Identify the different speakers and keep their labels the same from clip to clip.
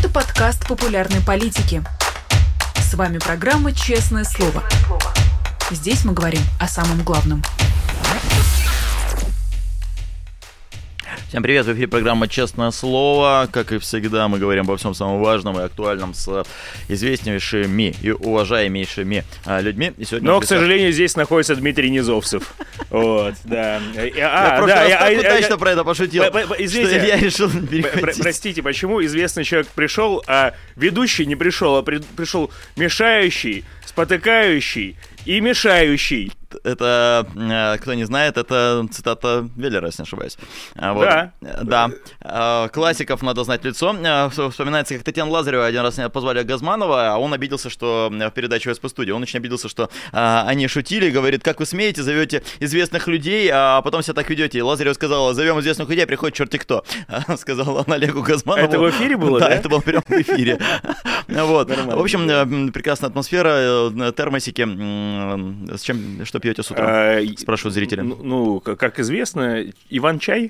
Speaker 1: Это подкаст популярной политики. С вами программа «Честное слово». Здесь мы говорим о самом главном.
Speaker 2: Всем привет, в эфире программа «Честное слово». Как и всегда, мы говорим обо всем самом важном и актуальном с известнейшими и уважаемейшими людьми. И сегодня
Speaker 3: но, к сожалению, здесь находится Дмитрий Низовцев. Вот, да.
Speaker 2: Я что про это пошутил.
Speaker 3: Извините,
Speaker 2: я решил перехватить.
Speaker 3: Простите, почему известный человек пришел, а ведущий не пришел, а пришел мешающий, спотыкающий и мешающий.
Speaker 2: Это, кто не знает, это цитата Веллера, если не ошибаюсь.
Speaker 3: Вот.
Speaker 2: Да. Классиков надо знать в лицо. Вспоминается, как Татьяна Лазарева один раз позвали Газманова, а он обиделся, что в передаче СП-студии, он очень обиделся, что они шутили, говорит, как вы смеете, зовете известных людей, а потом себя так ведете. И Лазарева сказала, зовем известных людей, приходит черти кто. Сказала он Олегу Газманову.
Speaker 3: Это в эфире было, да?
Speaker 2: Да, это было прямо в эфире. В общем, прекрасная атмосфера, термосики. С чем, что пьете с утра? Спрашивают зрители.
Speaker 3: Ну, как известно, Иван-чай.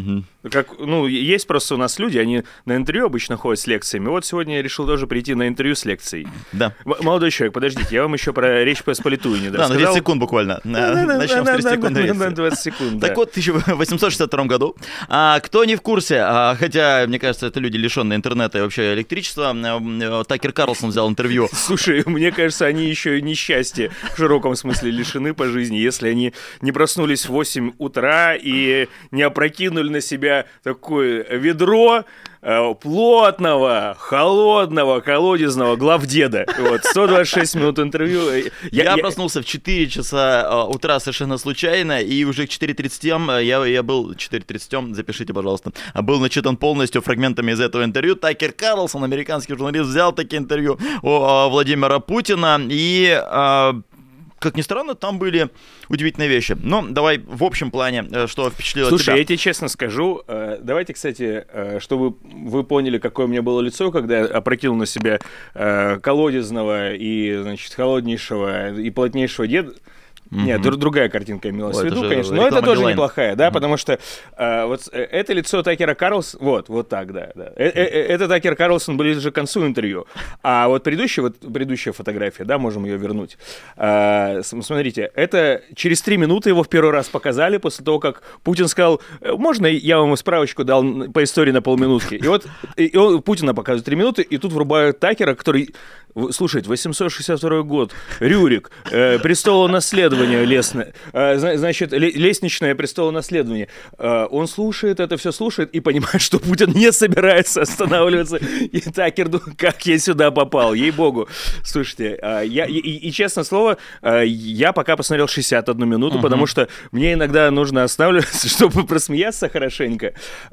Speaker 3: Угу. Есть просто у нас люди, они на интервью обычно ходят с лекциями. Вот сегодня я решил тоже прийти на интервью с лекцией.
Speaker 2: Да.
Speaker 3: Молодой человек, подождите, я вам еще про Речь Посполитую не рассказал.
Speaker 2: Да, на 30 секунд буквально. Начнем с 30 секунд.
Speaker 3: На 20 секунд,
Speaker 2: Так вот, в 1862 году, кто не в курсе, хотя, мне кажется, это люди, лишенные интернета и вообще электричества, Такер Карлсон взял интервью.
Speaker 3: Слушай, мне кажется, они еще и несчастья в широком смысле лишены по жизни, если они не проснулись в 8 утра и не опрокинули на себя такое ведро плотного, холодного, колодезного главдеда. Вот, 126 минут интервью.
Speaker 2: Я проснулся в 4 часа утра совершенно случайно, и уже к 4:30 я был, 4:30, запишите, пожалуйста, был начитан полностью фрагментами из этого интервью. Такер Карлсон, американский журналист, взял такие интервью у Владимира Путина, и... как ни странно, там были удивительные вещи. Но давай в общем плане, что впечатлило тебя.
Speaker 3: Слушай, я тебе честно скажу, давайте, кстати, чтобы вы поняли, какое у меня было лицо, когда я опрокинул на себя колодезного и, значит, холоднейшего и плотнейшего деда. Нет, другая картинка имелась в виду, конечно, но это тоже неплохая, да, потому что вот это лицо Такера Карлсона, вот так, да. Это Такер Карлсон ближе к концу интервью, а вот предыдущая фотография, да, можем ее вернуть. Смотрите, это через 3 минуты его в первый раз показали, после того, как Путин сказал, можно я вам справочку дал по истории на полминутки, и вот Путина показывают 3 минуты, и тут врубают Такера, который, слушайте, 862 год, Рюрик, престолонаследование, значит, лестничное престолонаследование. Он слушает это, все слушает и понимает, что Путин не собирается останавливаться. И Такер думает, как я сюда попал, ей-богу. Слушайте, и честное слово, я пока посмотрел 61 минуту, потому что мне иногда нужно останавливаться, чтобы просмеяться хорошенько.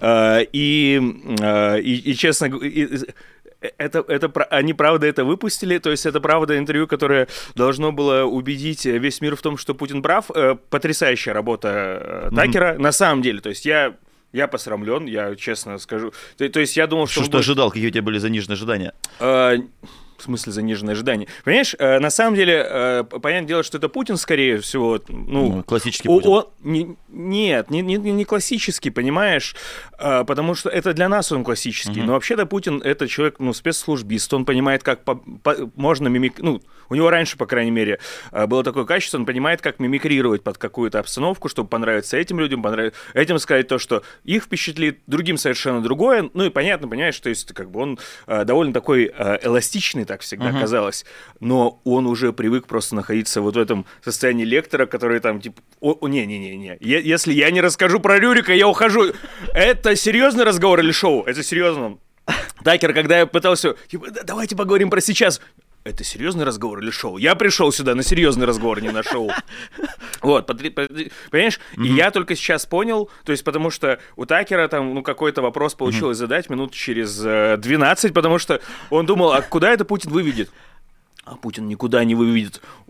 Speaker 3: И честно говоря, они правда это выпустили, то есть это правда интервью, которое должно было убедить весь мир в том, что Путин прав. Потрясающая работа Такера, на самом деле, то есть я посрамлен, я честно скажу. То есть я думал, что...
Speaker 2: Что ожидал, какие у тебя были заниженные ожидания?
Speaker 3: В смысле заниженные ожидания? Понимаешь, на самом деле, понятное дело, что это Путин, скорее всего...
Speaker 2: классический Путин.
Speaker 3: Нет, не классический, понимаешь, потому что это для нас он классический, но вообще-то Путин — это человек, спецслужбист, он понимает, как можно у него раньше, по крайней мере, было такое качество, он понимает, как мимикрировать под какую-то обстановку, чтобы понравиться этим людям, этим сказать то, что их впечатлит, другим совершенно другое, и понятно, понимаешь, то есть как бы он довольно такой эластичный, так всегда казалось, но он уже привык просто находиться вот в этом состоянии лектора, который там типа, не, если я не расскажу про Рюрика, я ухожу. Это серьезный разговор или шоу? Это серьезно. Такер, когда я пытался, типа, давайте поговорим про сейчас. Это серьезный разговор или шоу? Я пришел сюда на серьезный разговор, не на шоу. Вот, понимаешь? И я только сейчас понял, то есть потому что у Такера там, какой-то вопрос получилось задать минут через 12, потому что он думал, а куда это Путин выведет? А Путин никуда не выведет.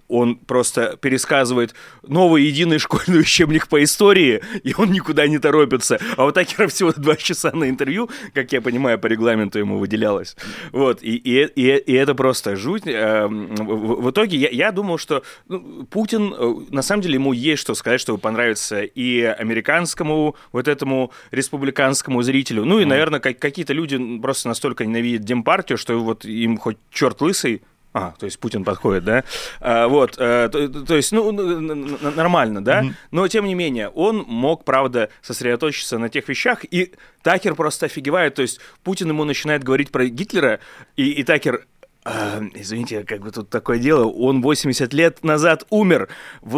Speaker 3: он просто пересказывает новый единый школьный учебник по истории, и он никуда не торопится. А у Такера всего 2 часа на интервью, как я понимаю, по регламенту ему выделялось. Вот, и это просто жуть. В итоге я думал, что Путин, на самом деле, ему есть что сказать, чтобы понравиться и американскому вот этому республиканскому зрителю. Ну и, наверное, какие-то люди просто настолько ненавидят Демпартию, что вот им хоть черт лысый. То есть Путин подходит, да? То есть, нормально, да? Но, тем не менее, он мог, правда, сосредоточиться на тех вещах, и Такер просто офигевает, то есть Путин ему начинает говорить про Гитлера, и Такер... Извините, как бы тут такое дело, он 80 лет назад умер,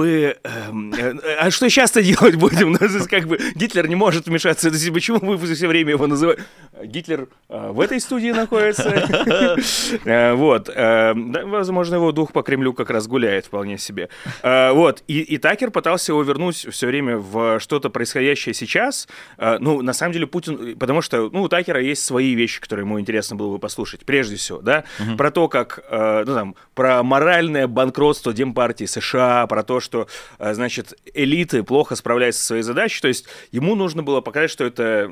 Speaker 3: а что сейчас-то делать будем? Как бы Гитлер не может вмешаться, почему вы все время его называете? Гитлер в этой студии находится. Вот, возможно, его дух по Кремлю как раз гуляет вполне себе. Вот, и Такер пытался его вернуть все время в что-то происходящее сейчас. На самом деле Путин, потому что, у Такера есть свои вещи, которые ему интересно было бы послушать, прежде всего, да, про то, как, про моральное банкротство Демпартии США, про то, что, значит, элиты плохо справляются со своей задачей, то есть ему нужно было показать, что это,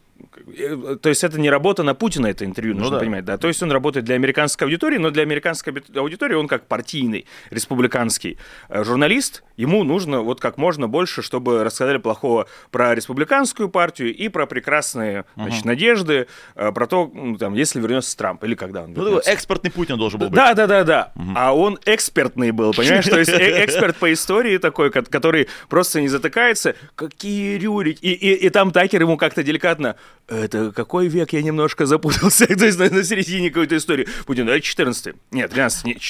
Speaker 3: то есть это не работа на Путина, это интервью, нужно понимать, да. То есть он работает для американской аудитории, но для американской аудитории он как партийный, республиканский журналист, ему нужно вот как можно больше, чтобы рассказали плохого про республиканскую партию и про прекрасные, значит, надежды, про то, если вернется Трамп, или когда он вернется.
Speaker 2: Экспертный Путин должен был быть.
Speaker 3: Да. А он экспертный был, понимаешь? То есть эксперт по истории такой, который просто не затыкается. Какие рюрики. И там Такер ему как-то деликатно: это какой век, я немножко запутался, то есть на середине какой-то истории. Путин, 14-й. Нет, 13-й.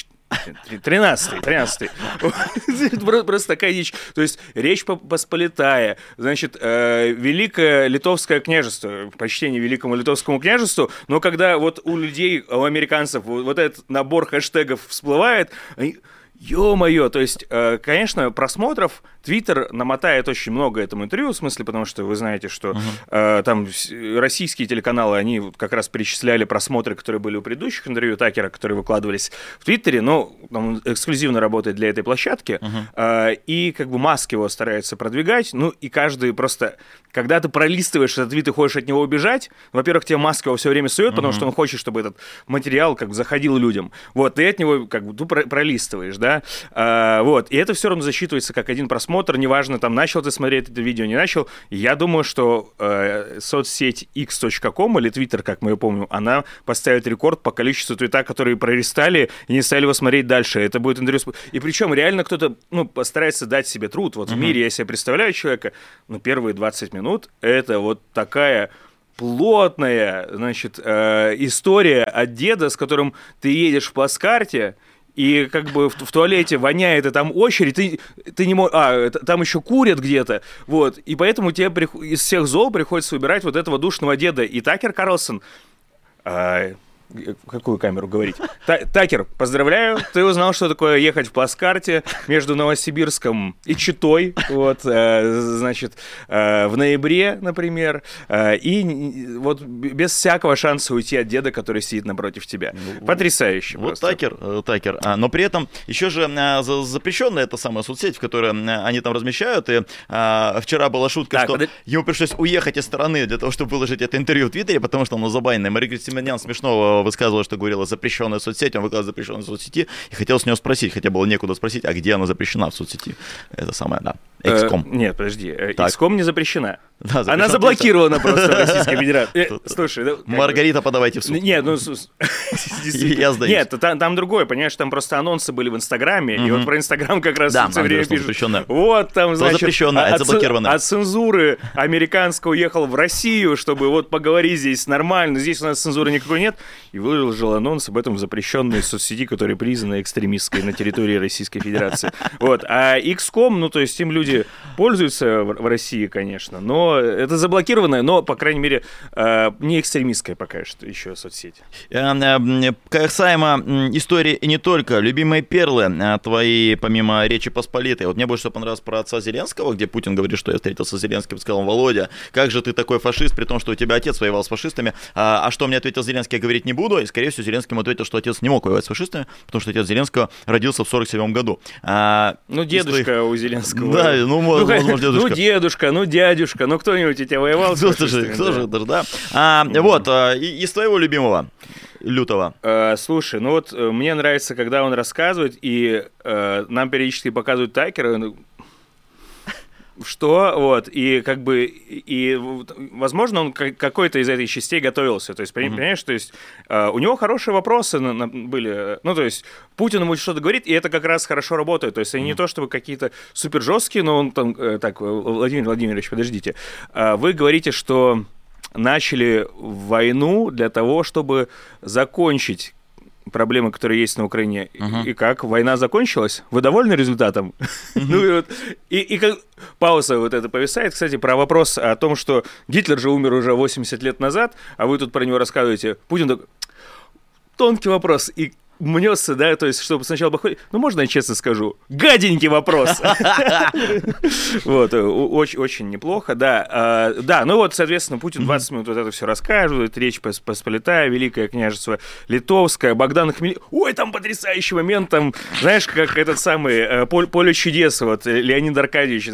Speaker 3: 13-й. Просто такая дичь. То есть Речь Посполитая, значит, Великое Литовское княжество, почтение Великому Литовскому княжеству, но когда вот у людей, у американцев вот этот набор хэштегов всплывает, ё-моё, то есть, конечно, просмотров Твиттер намотает очень много этому интервью, в смысле, потому что вы знаете, что там российские телеканалы, они как раз перечисляли просмотры, которые были у предыдущих интервью Такера, которые выкладывались в Твиттере, но он эксклюзивно работает для этой площадки, и как бы Маск его старается продвигать, и каждый просто, когда ты пролистываешь этот твит и хочешь от него убежать, во-первых, тебе Маск его все время сует, потому что он хочет, чтобы этот материал как бы заходил людям, вот, ты от него как бы пролистываешь, да, вот, и это все равно засчитывается как один просмотр, неважно, там, начал ты смотреть это видео, не начал. Я думаю, что соцсеть x.com или Twitter, как мы ее помним, она поставит рекорд по количеству твита, которые пролистали и не стали его смотреть дальше. Это будет интервью. И причем реально кто-то, постарается дать себе труд. Вот в мире я себе представляю человека, первые 20 минут это вот такая плотная, значит, история от деда, с которым ты едешь в плацкарте, и как бы в туалете воняет, и там очередь, ты не можешь... там еще курят где-то, вот. И поэтому тебе из всех зол приходится выбирать вот этого душного деда. И Такер Карлсон... Какую камеру говорить? Такер, поздравляю, ты узнал, что такое ехать в плацкарте между Новосибирском и Читой, вот, значит, в ноябре, например, и вот без всякого шанса уйти от деда, который сидит напротив тебя. Потрясающе.
Speaker 2: Вот Такер. Но при этом еще же запрещенная эта самая соцсеть, в которой они там размещают, и вчера была шутка, что ему пришлось уехать из страны для того, чтобы выложить это интервью в Твиттере, потому что оно забаненное. Мария Кристианян смешного высказывала, что говорила запрещенная соцсеть, он выкладывал запрещенную соцсети, и хотел с нее спросить, хотя было некуда спросить, а где она запрещена в соцсети. Это самое, да. XCOM.
Speaker 3: Нет, подожди, XCOM не запрещена. Да, она заблокирована просто в Российской Федерации. Слушай,
Speaker 2: Маргарита, подавайте в суд.
Speaker 3: Нет,
Speaker 2: я сдаюсь.
Speaker 3: Нет, там другое, понимаешь, там просто анонсы были в Инстаграме, и вот про Инстаграм как раз все время пишут. Вот там, значит, от цензуры американского уехал в Россию, чтобы вот поговорить здесь нормально, здесь у нас цензуры никакой нет, и выложил анонс об этом в запрещенной соцсети, которая признана экстремистской на территории Российской Федерации. Вот, а XCOM, то есть им люди пользуются в России, конечно, но это заблокированная, но, по крайней мере, не экстремистская пока что еще соцсеть.
Speaker 2: Касаемо истории и не только, любимые перлы твои, помимо Речи Посполитой. Вот мне больше всего понравилось про отца Зеленского, где Путин говорит, что я встретился с Зеленским, сказал: Володя, как же ты такой фашист, при том, что у тебя отец воевал с фашистами. А что мне ответил Зеленский, я говорить не буду, и, скорее всего, Зеленский ему ответил, что отец не мог воевать с фашистами, потому что отец Зеленского родился в 47 году.
Speaker 3: Дедушка у Зеленского.
Speaker 2: Да, возможно, дедушка.
Speaker 3: Дедушка, дядюшка, кто-нибудь у тебя воевал с фашистами?
Speaker 2: Кто же, да. Вот, из твоего любимого, лютого.
Speaker 3: Слушай, мне нравится, когда он рассказывает, и нам периодически показывают Такера, и возможно, он какой-то из этих частей готовился, то есть, понимаешь, то есть, у него хорошие вопросы были, то есть, Путин ему что-то говорит, и это как раз хорошо работает, то есть, они не то, чтобы какие-то супер жесткие, но он там, так, Владимир Владимирович, подождите, вы говорите, что начали войну для того, чтобы закончить проблемы, которые есть на Украине. И как? Война закончилась? Вы довольны результатом? И как пауза это повисает. Кстати, про вопрос о том, что Гитлер же умер уже 80 лет назад, а вы тут про него рассказываете. Путин такой... Тонкий вопрос. И мнется, да, то есть, чтобы сначала походить... можно я честно скажу? Гаденький вопрос! Очень неплохо, да. Соответственно, Путин 20 минут это все рассказывает, Речь Посполитая, Великое княжество Литовское, Богдан Хмельницкий. Ой, там потрясающий момент, там, знаешь, как этот самый «Поле чудес», Леонид Аркадьевич,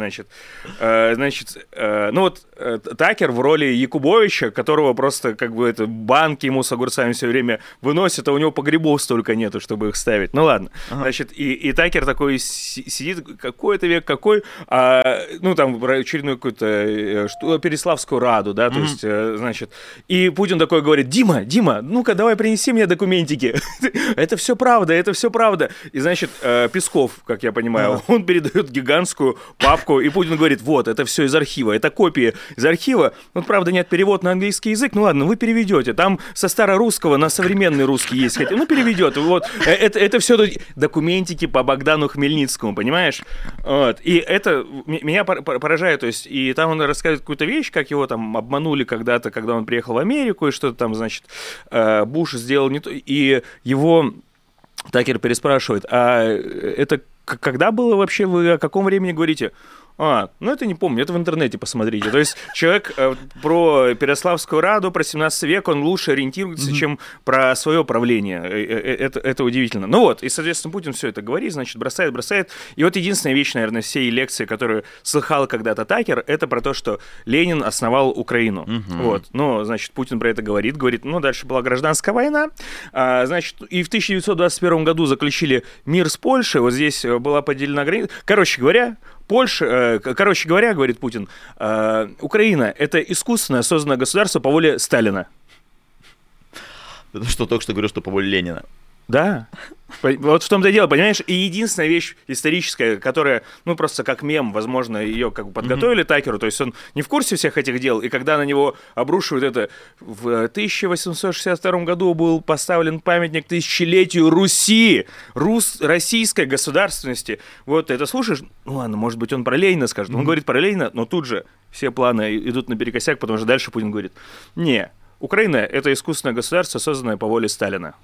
Speaker 3: Такер в роли Якубовича, которого просто, банки ему с огурцами все время выносят, а у него погребов столько нету, чтобы их ставить. Ладно. Значит, и Такер такой сидит, какой-то век, какой, очередную какую-то Переславскую Раду, да, то есть, значит, и Путин такой говорит: Дима, ну-ка, давай принеси мне документики. Это все правда. И, значит, Песков, как я понимаю, он передает гигантскую папку, и Путин говорит: вот, это все из архива, это копии из архива, правда, нет перевод на английский язык, ладно, вы переведете, там со старорусского на современный русский есть, переведет. Это все документики по Богдану Хмельницкому, понимаешь? И это меня поражает, то есть, и там он рассказывает какую-то вещь, как его там обманули когда-то, когда он приехал в Америку, и что-то там, значит, Буш сделал не то, и его Такер переспрашивает: а это когда было вообще, вы о каком времени говорите? Это не помню, это в интернете посмотрите. То есть человек про Переславскую Раду, про 17 век, он лучше ориентируется, чем про свое правление. Это удивительно. И, соответственно, Путин все это говорит, значит, бросает. И единственная вещь, наверное, всей лекции, которую слыхал когда-то Такер, это про то, что Ленин основал Украину. Значит, Путин про это говорит, дальше была гражданская война, значит, и в 1921 году заключили мир с Польшей, здесь была поделена граница. Короче говоря, говорит Путин, Украина – это искусственно созданное государство по воле Сталина.
Speaker 2: Это что, только что говорил, что по воле Ленина?
Speaker 3: Да. Вот в том-то и дело, понимаешь? И единственная вещь историческая, которая, просто как мем, возможно, ее подготовили Такеру, то есть он не в курсе всех этих дел, и когда на него обрушивают это, в 1862 году был поставлен памятник тысячелетию Руси, российской государственности. Это слушаешь? Ладно, может быть, он про Ленина скажет. Он говорит про Ленина, но тут же все планы идут наперекосяк, потому что дальше Путин говорит: не, Украина – это искусственное государство, созданное по воле Сталина.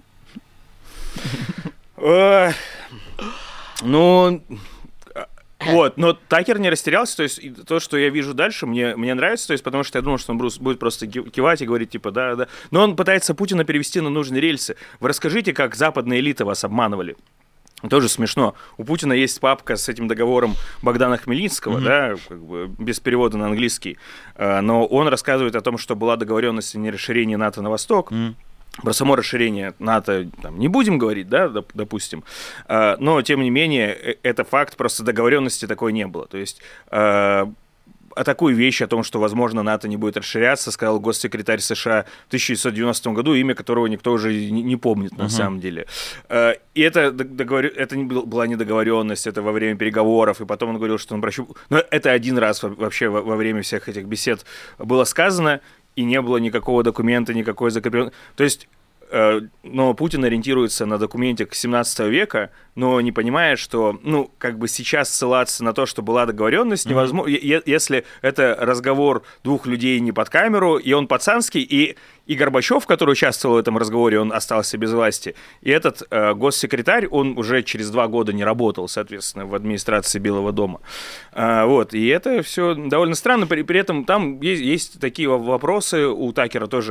Speaker 3: Но Такер не растерялся, то есть то, что я вижу дальше, мне нравится, то есть потому что я думал, что он будет просто кивать и говорить, да. Но он пытается Путина перевести на нужные рельсы. Вы расскажите, как западные элиты вас обманывали. Тоже смешно. У Путина есть папка с этим договором Богдана Хмельницкого, да, без перевода на английский, но он рассказывает о том, что была договоренность о нерасширении НАТО на восток. Про само расширение НАТО не будем говорить, да, допустим, но, тем не менее, это факт, просто договоренности такой не было. То есть такую вещь о том, что, возможно, НАТО не будет расширяться, сказал госсекретарь США в 1990 году, имя которого никто уже не помнит на самом деле. И это была недоговоренность, это во время переговоров, и потом он говорил, что он прощупал. Но это один раз вообще во время всех этих бесед было сказано, и не было никакого документа, никакой закрепленной. То есть, но Путин ориентируется на документик 17 века, но не понимает, что, сейчас ссылаться на то, что была договоренность, невозможно, если это разговор двух людей не под камеру, и он пацанский, и Горбачев, который участвовал в этом разговоре, он остался без власти, и этот госсекретарь, он уже через 2 года не работал, соответственно, в администрации Белого дома. И это все довольно странно, при этом там есть такие вопросы у Такера тоже.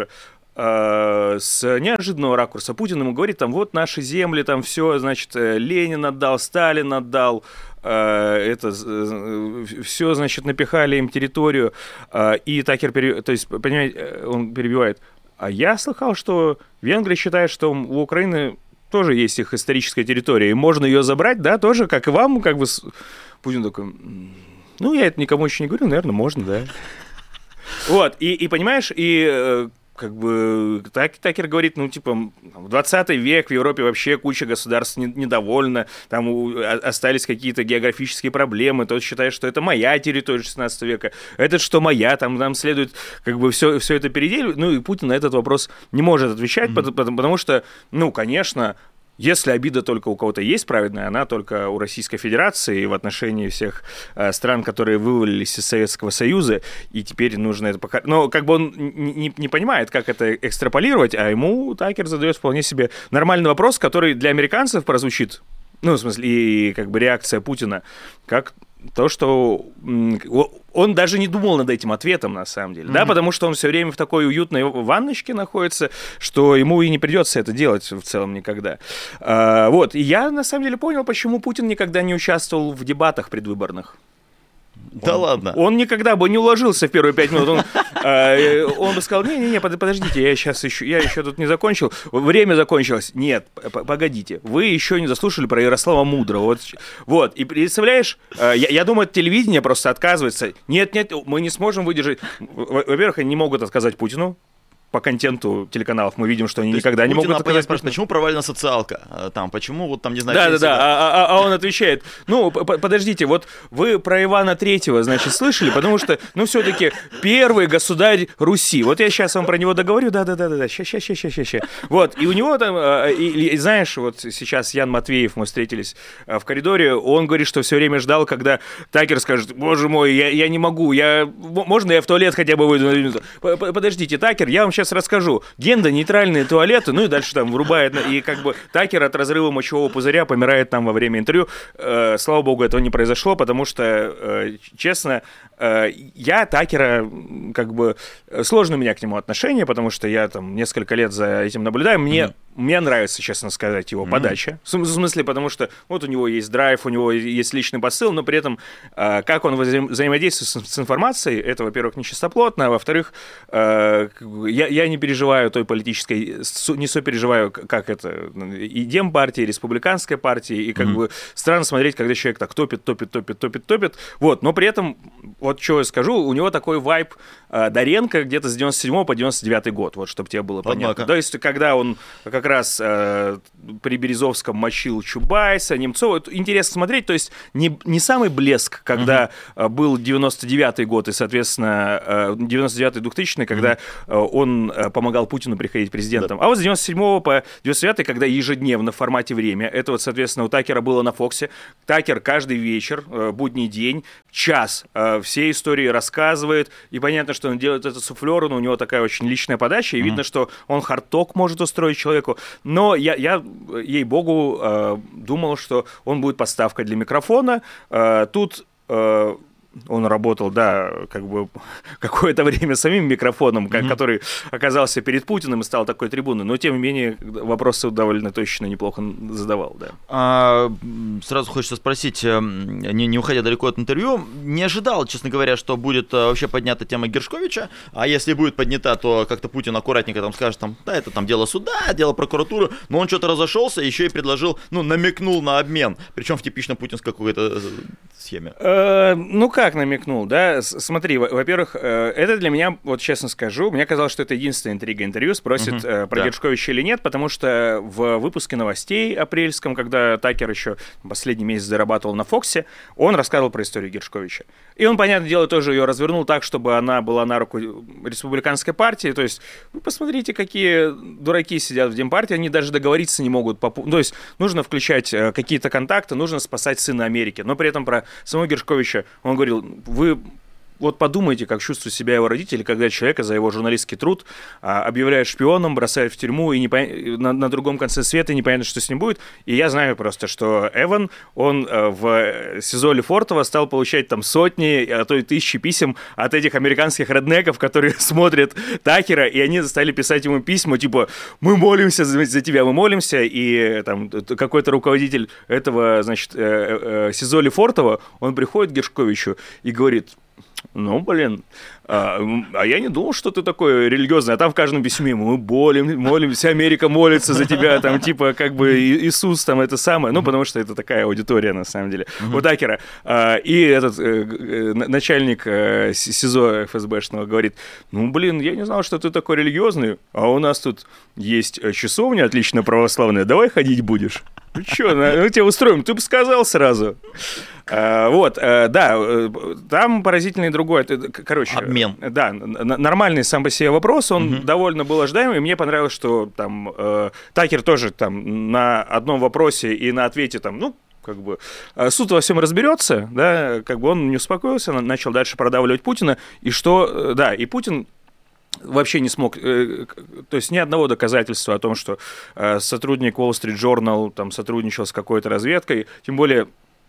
Speaker 3: с неожиданного ракурса Путин ему говорит, там, вот наши земли, там все, значит, Ленин отдал, Сталин отдал, это все, значит, напихали им территорию, и Такер, то есть, понимаете, он перебивает. А я слыхал, что Венгрия считает, что у Украины тоже есть их историческая территория, и можно ее забрать, да, тоже, как и вам, как бы. Путин такой, ну, я это никому еще не говорю, наверное, можно, да. Вот, и понимаешь, и как бы Такер говорит, ну, типа, в 20 век в Европе вообще куча государств недовольна, там остались какие-то географические проблемы, тот считает, что это моя территория 16 века, этот, что моя, там нам следует как бы все это переделить, ну, и Путин на этот вопрос не может отвечать, потому что, ну, конечно, если обида только у кого-то есть праведная, она только у Российской Федерации в отношении всех стран, которые вывалились из Советского Союза, и теперь нужно это показать. Но как бы он не понимает, как это экстраполировать, а ему Такер задает вполне себе нормальный вопрос, который для американцев прозвучит, ну, в смысле, и как бы реакция Путина, как то, что он даже не думал над этим ответом, на самом деле, да, потому что он все время в такой уютной ванночке находится, что ему и не придется это делать в целом никогда. Вот, и я, на самом деле, понял, почему Путин никогда не участвовал в дебатах предвыборных.
Speaker 2: Да ладно.
Speaker 3: Он никогда бы не уложился в первые 5 минут. Он бы сказал, не-не-не, подождите, я еще тут не закончил. Время закончилось. Нет, погодите, вы еще не заслушали про Ярослава Мудрого. Вот, и представляешь, я думаю, телевидение просто отказывается. Нет, мы не сможем выдержать. Во-первых, они не могут отказать Путину. По контенту телеканалов мы видим, что они никогда не могут отказать.
Speaker 2: Спрашивает, почему провалена социалка? Там, почему вот там, не знаю...
Speaker 3: Да-да-да, а он отвечает, ну, подождите, вот вы про Ивана Третьего, значит, слышали? Потому что, ну, все-таки первый государь Руси. Вот я сейчас вам про него договорю, да-да-да, ща. Вот, и у него там, и знаешь, вот сейчас Ян Матвеев, мы встретились в коридоре, он говорит, что все время ждал, когда Такер скажет, боже мой, я не могу, можно я в туалет хотя бы выйду на минуту? Подождите, Такер, я вам сейчас расскажу. Гендонейтральные туалеты, ну и дальше там врубает, и как бы Такер от разрыва мочевого пузыря помирает там во время интервью. Слава богу, этого не произошло, потому что, честно, я Такера, как бы, сложно у меня к нему отношение, потому что я там несколько лет за этим наблюдаю. Мне нравится, честно сказать, его подача. В смысле, потому что вот у него есть драйв, у него есть личный посыл, но при этом, как он взаимодействует с информацией, это, во-первых, нечистоплотно, а во-вторых, я не переживаю той политической, не сопереживаю, как это, и Демпартии, и Республиканской партии, и как бы странно смотреть, когда человек так топит. Вот, но при этом, вот что я скажу, у него такой вайб Доренко где-то с 97 по 99 год, вот, чтобы тебе было понятно. То есть, когда он как раз при Березовском мочил Чубайса, Немцова, интересно смотреть, то есть не самый блеск, когда был 99-й год и, соответственно, 99-2000-й, когда он помогал Путину приходить президентом. Да. А вот с 97 по 99, когда ежедневно в формате «Время», это вот, соответственно, у Такера было на Фоксе. Такер каждый вечер, будний день, час все истории рассказывает, и понятно, что он делает это суфлёр, но у него такая очень личная подача, и видно, что он хардток может устроить человеку. Но я ей-богу, думал, что он будет подставкой для микрофона. Тут... Он работал, да, как бы какое-то время самим микрофоном, который оказался перед Путиным и стал такой трибуной, но, тем не менее, вопросы довольно точно неплохо задавал, да.
Speaker 2: Сразу хочется спросить, не уходя далеко от интервью, не ожидал, честно говоря, что будет вообще поднята тема Гершковича, а если будет поднята, то как-то Путин аккуратненько там скажет, там, да, это там дело суда, дело прокуратуры, но он что-то разошелся, еще и предложил, ну, намекнул на обмен, причем в типично путинской какой-то схеме.
Speaker 3: Ну, как намекнул, да? Смотри, во-первых, это для меня, вот честно скажу, мне казалось, что это единственная интрига интервью, спросит про Гершковича или нет, потому что в выпуске новостей апрельском, когда Такер еще последний месяц зарабатывал на Фоксе, он рассказывал про историю Гершковича. И он, понятное дело, тоже ее развернул так, чтобы она была на руку республиканской партии, то есть вы посмотрите, какие дураки сидят в Демпартии, они даже договориться не могут, то есть нужно включать какие-то контакты, нужно спасать сына Америки, но при этом про самого Гершковича он говорил, вы вот подумайте, как чувствуют себя его родители, когда человека за его журналистский труд объявляют шпионом, бросают в тюрьму, и на другом конце света непонятно, что с ним будет. И я знаю просто, что Эван, он в СИЗО Лефортово стал получать там сотни, а то и тысячи писем от этих американских реднеков, которые смотрят Такера, и они стали писать ему письма, типа, мы молимся за тебя, мы молимся, и там какой-то руководитель этого, значит, СИЗО Лефортово, он приходит к Гершковичу и говорит: ну, блин, а я не думал, что ты такой религиозный, а там в каждом письме мы молимся, Америка молится за тебя, там, типа, как бы Иисус, там, это самое, ну, потому что это такая аудитория, на самом деле, у Такера. И этот начальник СИЗО ФСБшного говорит: ну, блин, я не знал, что ты такой религиозный, а у нас тут есть часовня отлично православная, давай ходить будешь? Ну что, ну тебя устроим, ты бы сказал сразу. Вот, да, там поразительный другой, короче...
Speaker 2: Обмен.
Speaker 3: Да, нормальный сам по себе вопрос, он довольно был ожидаемый, и мне понравилось, что там Такер тоже там на одном вопросе и на ответе там, ну, как бы суд во всем разберется, да, как бы он не успокоился, начал дальше продавливать Путина, и что, да, и Путин вообще не смог, то есть ни одного доказательства о том, что сотрудник Wall Street Journal там сотрудничал с какой-то разведкой, тем более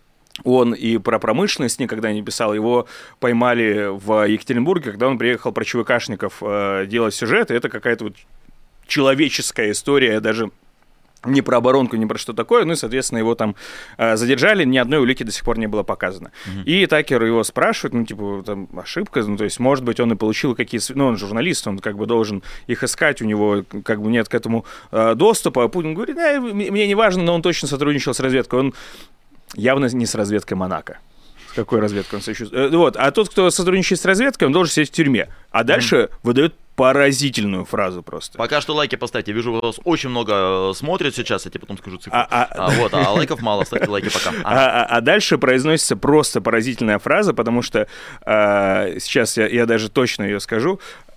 Speaker 3: он и про промышленность никогда не писал, его поймали в Екатеринбурге, когда он приехал про ЧВКшников делать сюжет, и это какая-то вот человеческая история, даже ни про оборонку, ни про что такое, ну и, соответственно, его там задержали, ни одной улики до сих пор не было показано. И Такер его спрашивает, ну, типа, там, ошибка, ну, то есть, может быть, он и получил какие-то, ну, он журналист, он как бы должен их искать, у него как бы нет к этому доступа, а Путин говорит: да, мне не важно, но он точно сотрудничал с разведкой, он явно не с разведкой Монако. С какой разведкой он сочувствует? Вот, а тот, кто сотрудничает с разведкой, он должен сидеть в тюрьме, а дальше выдает поразительную фразу просто.
Speaker 2: Пока что лайки поставьте. Вижу, вас очень много смотрят сейчас, я тебе потом скажу цифру. Вот, а лайков мало, ставьте лайки пока.
Speaker 3: А дальше произносится просто поразительная фраза, потому что сейчас я даже точно ее скажу.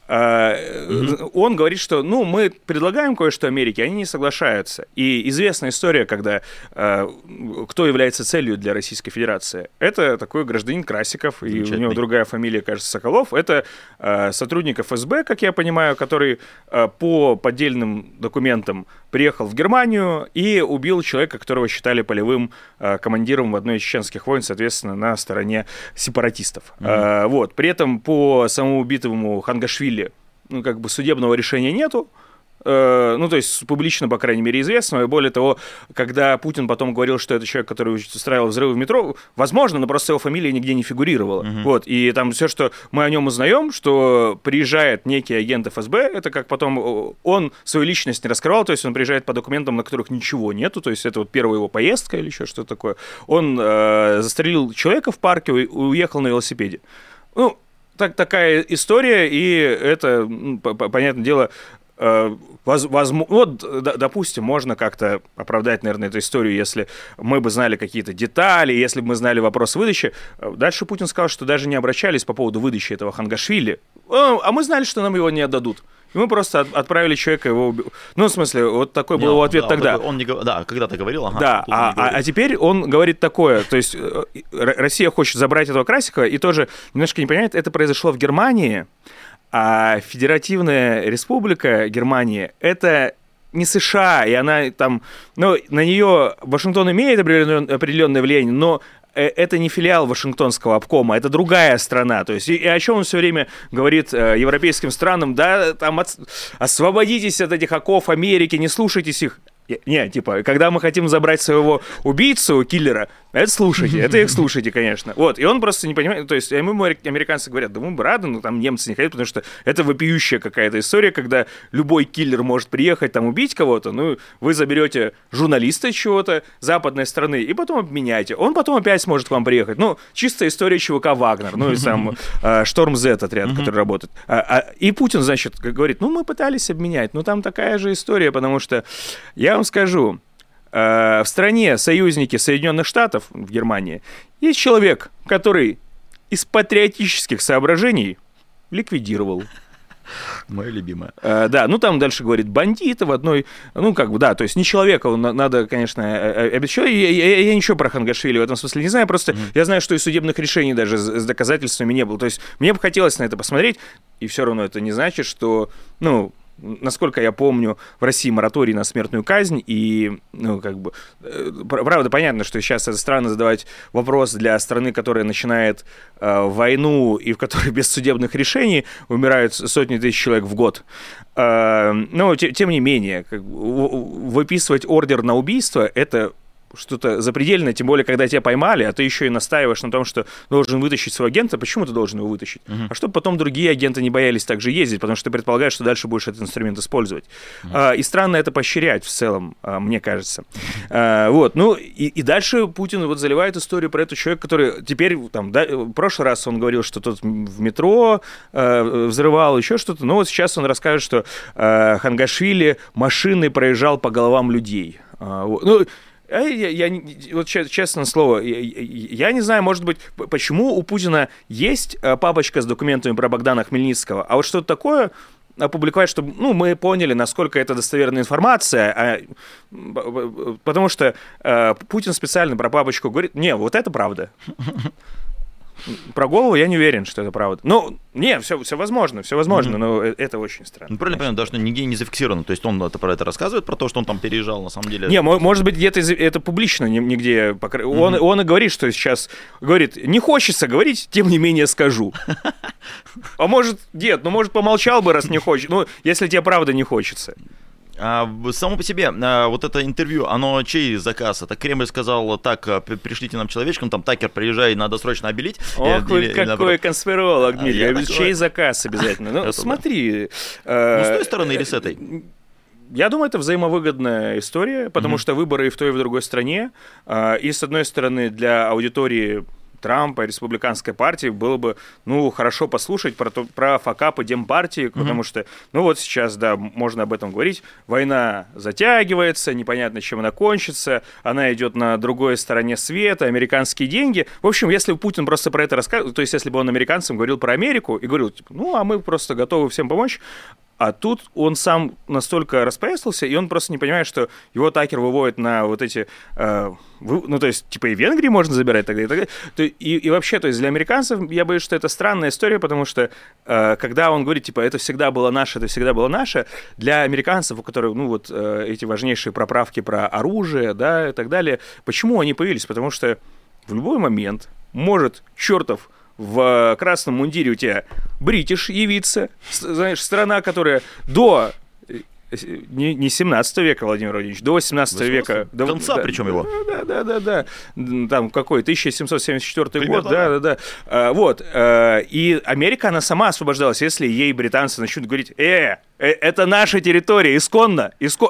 Speaker 3: Он говорит, что, ну, мы предлагаем кое-что Америке, они не соглашаются. И известная история, когда кто является целью для Российской Федерации. Это такой гражданин Красиков, и у него другая фамилия, кажется, Соколов. Это сотрудник ФСБ, как я понимаю, который по поддельным документам приехал в Германию и убил человека, которого считали полевым командиром в одной из чеченских войн, соответственно, на стороне сепаратистов. Вот. При этом по самоубитому Хангашвили, ну, как бы судебного решения нету, ну, то есть публично, по крайней мере, известного, и более того, когда Путин потом говорил, что это человек, который устраивал взрывы в метро, возможно, но просто его фамилия нигде не фигурировала. Вот, и там все, что мы о нем узнаем, что приезжает некий агент ФСБ, это как потом он свою личность не раскрывал, то есть он приезжает по документам, на которых ничего нету, то есть это вот первая его поездка или еще что-то такое. Он застрелил человека в парке, уехал на велосипеде. Ну, такая история, и это, понятное дело, вот, допустим, можно как-то оправдать, наверное, эту историю, если мы бы знали какие-то детали, если бы мы знали вопрос выдачи. Дальше Путин сказал, что даже не обращались по поводу выдачи этого Хангашвили, а мы знали, что нам его не отдадут. И мы просто отправили человека, его убил. Ну, в смысле, вот такой был его ответ тогда.
Speaker 2: Он не, да, когда-то говорил, ага.
Speaker 3: Да, а теперь он говорит такое, то есть Россия хочет забрать этого Красикова, и тоже немножко не понимает, это произошло в Германии, а Федеративная Республика Германии — это не США, и она там, ну, на нее Вашингтон имеет определенное влияние, но это не филиал Вашингтонского обкома, это другая страна. То есть, и о чем он все время говорит европейским странам: да, там освободитесь от этих оков Америки, не слушайтесь их. Не, типа, когда мы хотим забрать своего убийцу, киллера, это слушайте, это их слушайте, конечно. Вот, и он просто не понимает, то есть, ему американцы говорят: да мы бы рады, но там немцы не хотят, потому что это вопиющая какая-то история, когда любой киллер может приехать, там, убить кого-то, ну, вы заберете журналиста чего-то западной страны и потом обменяете. Он потом опять сможет к вам приехать. Ну, чистая история ЧВК «Вагнер», ну, и сам Шторм Z отряд, который работает. И Путин, значит, говорит: ну, мы пытались обменять, но там такая же история, потому что я вам скажу, в стране союзники Соединенных Штатов, в Германии, есть человек, который из патриотических соображений ликвидировал
Speaker 2: Моя любимая.
Speaker 3: Да, ну там дальше говорит бандиты в одной, ну как бы, да, то есть не человека, надо, конечно, обещать. Я ничего про Хангашвили в этом смысле не знаю, просто я знаю, что и судебных решений даже с доказательствами не было. То есть мне бы хотелось на это посмотреть, и все равно это не значит, что, ну, насколько я помню, в России мораторий на смертную казнь, и, ну, как бы, правда, понятно, что сейчас это странно задавать вопрос для страны, которая начинает войну и в которой без судебных решений умирают сотни тысяч человек в год. Но, тем не менее, как бы, выписывать ордер на убийство – это что-то запредельное, тем более, когда тебя поймали, а ты еще и настаиваешь на том, что должен вытащить своего агента. Почему ты должен его вытащить? А чтобы потом другие агенты не боялись так же ездить, потому что ты предполагаешь, что дальше будешь этот инструмент использовать. И странно это поощрять в целом, мне кажется. Вот. Ну, и дальше Путин вот заливает историю про этого человека, который теперь, там, да, в прошлый раз он говорил, что тот в метро взрывал, еще что-то, но вот сейчас он расскажет, что Хангашвили машиной проезжал по головам людей. Ну, я вот честное слово, я не знаю, может быть, почему у Путина есть папочка с документами про Богдана Хмельницкого, а вот что-то такое опубликовать, чтобы, ну, мы поняли, насколько это достоверная информация, потому что Путин специально про папочку говорит, не, вот это правда. Про голову я не уверен, что это правда. Ну, не, все возможно, но это очень странно.
Speaker 2: Ну, правильно понимаю, да, что нигде не зафиксировано. То есть он про это рассказывает, про то, что он там переезжал, на самом деле.
Speaker 3: Не, может быть, где-то это публично нигде. Он и говорит, что сейчас говорит, не хочется говорить, тем не менее скажу. А может, дед, ну, может, помолчал бы, раз не хочет. Ну, если тебе правда не хочется.
Speaker 2: Само по себе, вот это интервью, оно чей заказ? Это Кремль сказал, так, пришлите нам человечком, там, Такер, приезжай, надо срочно обелить.
Speaker 3: Ох, вы какой конспиролог, Дмитрий, чей заказ обязательно? Ну, смотри.
Speaker 2: Ну, с той стороны или с этой?
Speaker 3: Я думаю, это взаимовыгодная история, потому что выборы и в той, и в другой стране. И, с одной стороны, для аудитории Трампа и республиканской партии было бы, ну, хорошо послушать про факапы Демпартии, потому что, ну, вот сейчас, да, можно об этом говорить, война затягивается, непонятно, чем она кончится, она идет на другой стороне света, американские деньги. В общем, если бы Путин просто про это рассказывал, то есть если бы он американцам говорил про Америку и говорил, типа, ну, а мы просто готовы всем помочь, а тут он сам настолько распоясался, и он просто не понимает, что его Такер выводит на вот эти... ну, то есть, типа, и Венгрии можно забирать тогда, и так далее. И вообще, то есть, для американцев, я боюсь, что это странная история, потому что, когда он говорит, типа, это всегда было наше, для американцев, у которых, ну, вот, эти важнейшие проправки про оружие, да, и так далее, почему они появились? Потому что в любой момент может чертов в красном мундире у тебя бритиш явиться, знаешь, страна, которая до не 17 века, Владимир Владимирович, до 18 века.
Speaker 2: До конца, причем его.
Speaker 3: Да. Там какой, 1774 год, да. Вот. И Америка, она сама освобождалась. Если ей британцы начнут говорить, это наша территория, исконно.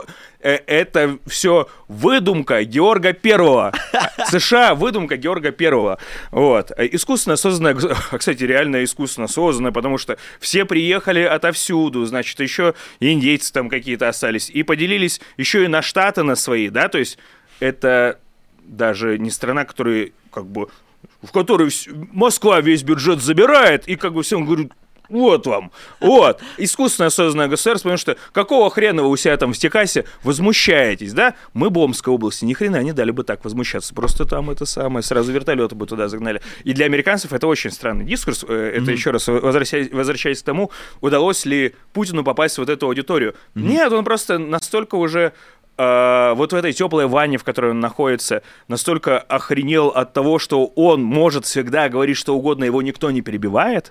Speaker 3: Это все выдумка Георга Первого. США выдумка Георга Первого. Вот. Искусственно созданная, кстати, реально искусственно созданная, потому что все приехали отовсюду, значит, еще и индейцы там какие-то остались, и поделились еще и на штаты на свои, да, то есть это даже не страна, которая, как бы, в которой Москва весь бюджет забирает, и как бы всем говорят, вот вам, вот, искусственно созданное государство, потому что какого хрена вы у себя там в Техасе возмущаетесь, да? Мы в Омской области, ни хрена не дали бы так возмущаться, просто там это самое, сразу вертолеты бы туда загнали. И для американцев это очень странный дискурс, это еще раз, возвращаясь к тому, удалось ли Путину попасть в вот эту аудиторию. Нет, он просто настолько уже... вот в этой теплой ванне, в которой он находится, настолько охренел от того, что он может всегда говорить что угодно, его никто не перебивает.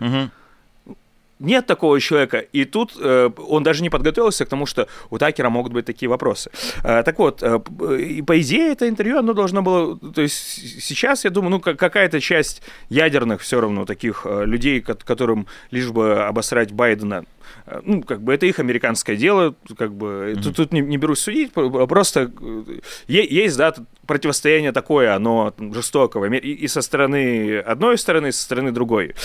Speaker 3: Нет такого человека, и тут он даже не подготовился к тому, что у Такера могут быть такие вопросы. Так вот, и по идее это интервью, оно должно было... То есть сейчас, я думаю, ну какая-то часть ядерных все равно таких людей, которым лишь бы обосрать Байдена, ну, как бы это их американское дело, как бы тут не берусь судить, просто есть, да, противостояние такое, оно жестокое. И со стороны одной стороны, и со стороны другой.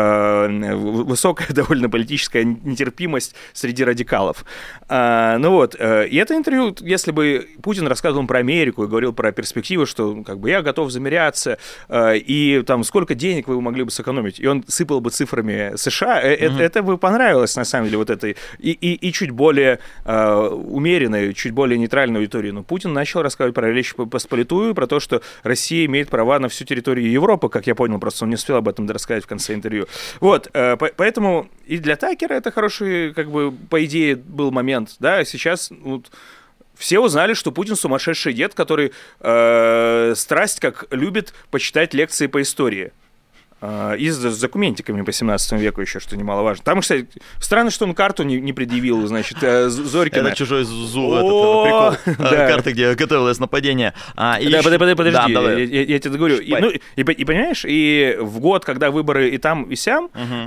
Speaker 3: Высокая довольно политическая нетерпимость среди радикалов. Ну вот, и это интервью, если бы Путин рассказывал про Америку и говорил про перспективы, что как бы я готов замеряться, и там сколько денег вы могли бы сэкономить, и он сыпал бы цифрами США, это бы понравилось, на самом деле, вот этой, и чуть более умеренной, чуть более нейтральной аудитории. Но Путин начал рассказывать про Речь Посполитую, про то, что Россия имеет права на всю территорию Европы, как я понял, просто он не успел об этом рассказать в конце интервью. Вот, поэтому и для Такера это хороший, как бы, по идее, был момент, да, сейчас вот, все узнали, что Путин сумасшедший дед, который страсть как любит почитать лекции по истории. И с документиками по 17 веку еще, что немаловажно. Там, кстати, странно, что он карту не предъявил, значит, Зорькина.
Speaker 2: Это чужой прикол. Карта, где готовилось нападение.
Speaker 3: Подожди, я тебе говорю. И понимаешь, и в год, когда выборы и там, и сям,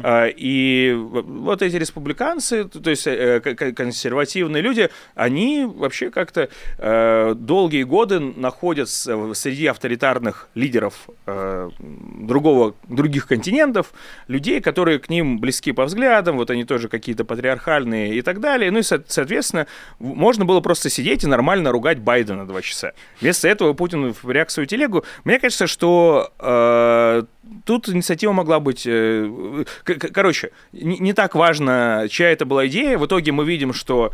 Speaker 3: и вот эти республиканцы, то есть консервативные люди, они вообще как-то долгие годы находятся среди авторитарных лидеров других континентов, людей, которые к ним близки по взглядам, вот они тоже какие-то патриархальные и так далее. Ну и, соответственно, можно было просто сидеть и нормально ругать Байдена 2 часа. Вместо этого Путин впряг свою телегу. Мне кажется, что тут инициатива могла быть... Короче, не так важно, чья это была идея. В итоге мы видим, что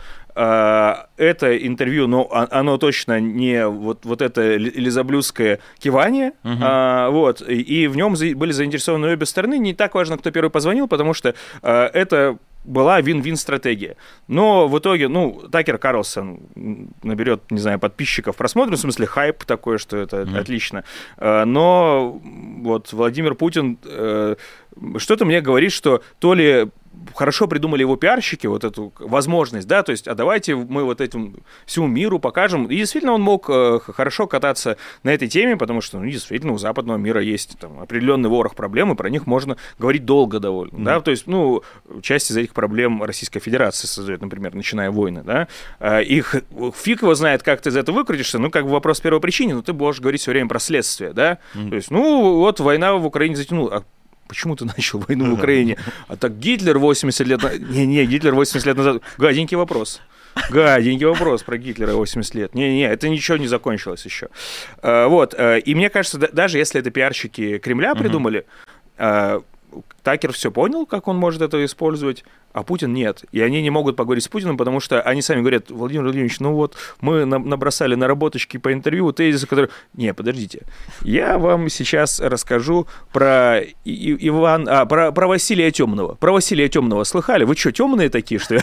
Speaker 3: это интервью, но оно точно не вот это лизоблюдское кивание. Вот, и в нем были заинтересованы обе стороны. Не так важно, кто первый позвонил, потому что это была вин-вин стратегия. Но в итоге, Такер Карлсон наберет, не знаю, подписчиков, просмотров, в смысле хайп такой, что это отлично. Но вот Владимир Путин что-то мне говорит, что то ли хорошо придумали его пиарщики, вот эту возможность, да, то есть, а давайте мы вот этим всему миру покажем. И действительно он мог хорошо кататься на этой теме, потому что, действительно, у западного мира есть там определенный ворох проблем, и про них можно говорить долго довольно, да, то есть, часть из этих проблем Российская Федерация создает, например, начиная войны, да, их фиг его знает, как ты из этого выкрутишься, как бы вопрос первопричины, но ты можешь говорить все время про следствие, да, то есть, вот война в Украине затянула, почему ты начал войну в Украине? А так Гитлер 80 лет назад... Не, Гитлер 80 лет назад... Гаденький вопрос про Гитлера 80 лет. Не, это ничего не закончилось еще. Вот. И мне кажется, даже если это пиарщики Кремля придумали, Такер все понял, как он может это использовать, а Путин нет. И они не могут поговорить с Путиным, потому что они сами говорят: Владимир Владимирович, мы набросали наработочки по интервью, тезисы, которые... Не, подождите. Я вам сейчас расскажу про про Василия Темного. Про Василия Темного слыхали? Вы что, темные такие, что ли?